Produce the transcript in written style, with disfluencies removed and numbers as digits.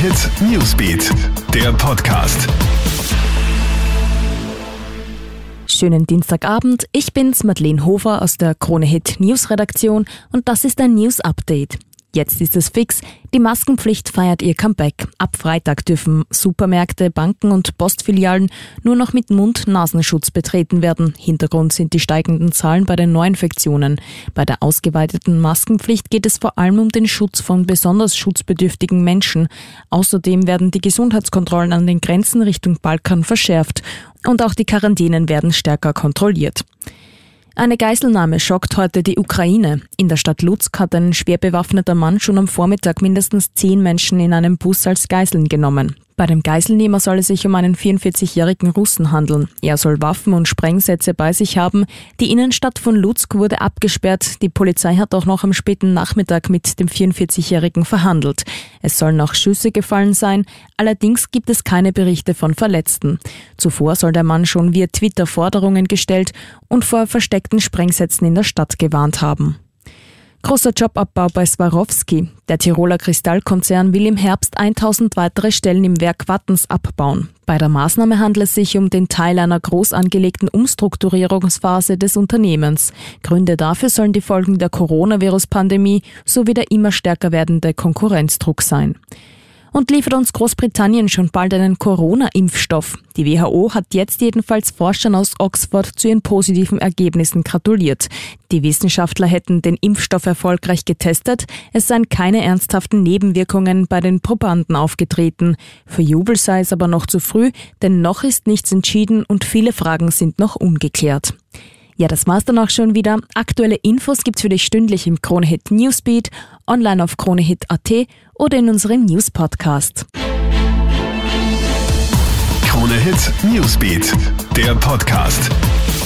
Hit Newsbeat, der Podcast. Schönen Dienstagabend, ich bin's Madeleine Hofer aus der Krone Hit News Redaktion und das ist ein News Update. Jetzt ist es fix, die Maskenpflicht feiert ihr Comeback. Ab Freitag dürfen Supermärkte, Banken und Postfilialen nur noch mit Mund-Nasenschutz betreten werden. Hintergrund sind die steigenden Zahlen bei den Neuinfektionen. Bei der ausgeweiteten Maskenpflicht geht es vor allem um den Schutz von besonders schutzbedürftigen Menschen. Außerdem werden die Gesundheitskontrollen an den Grenzen Richtung Balkan verschärft und auch die Quarantänen werden stärker kontrolliert. Eine Geiselnahme schockt heute die Ukraine. In der Stadt Lutsk hat ein schwer bewaffneter Mann schon am Vormittag mindestens 10 Menschen in einem Bus als Geiseln genommen. Bei dem Geiselnehmer soll es sich um einen 44-jährigen Russen handeln. Er soll Waffen und Sprengsätze bei sich haben. Die Innenstadt von Lutsk wurde abgesperrt. Die Polizei hat auch noch am späten Nachmittag mit dem 44-jährigen verhandelt. Es sollen auch Schüsse gefallen sein. Allerdings gibt es keine Berichte von Verletzten. Zuvor soll der Mann schon via Twitter Forderungen gestellt und vor versteckten Sprengsätzen in der Stadt gewarnt haben. Großer Jobabbau bei Swarovski. Der Tiroler Kristallkonzern will im Herbst 1000 weitere Stellen im Werk Wattens abbauen. Bei der Maßnahme handelt es sich um den Teil einer groß angelegten Umstrukturierungsphase des Unternehmens. Gründe dafür sollen die Folgen der Coronavirus-Pandemie sowie der immer stärker werdende Konkurrenzdruck sein. Und liefert uns Großbritannien schon bald einen Corona-Impfstoff? Die WHO hat jetzt jedenfalls Forschern aus Oxford zu ihren positiven Ergebnissen gratuliert. Die Wissenschaftler hätten den Impfstoff erfolgreich getestet, es seien keine ernsthaften Nebenwirkungen bei den Probanden aufgetreten. Für Jubel sei es aber noch zu früh, denn noch ist nichts entschieden und viele Fragen sind noch ungeklärt. Ja, das war's dann auch schon wieder. Aktuelle Infos gibt's für dich stündlich im Krone Hit Newsbeat, online auf kronehit.at oder in unserem News-Podcast. Krone Hit Newsbeat, der Podcast.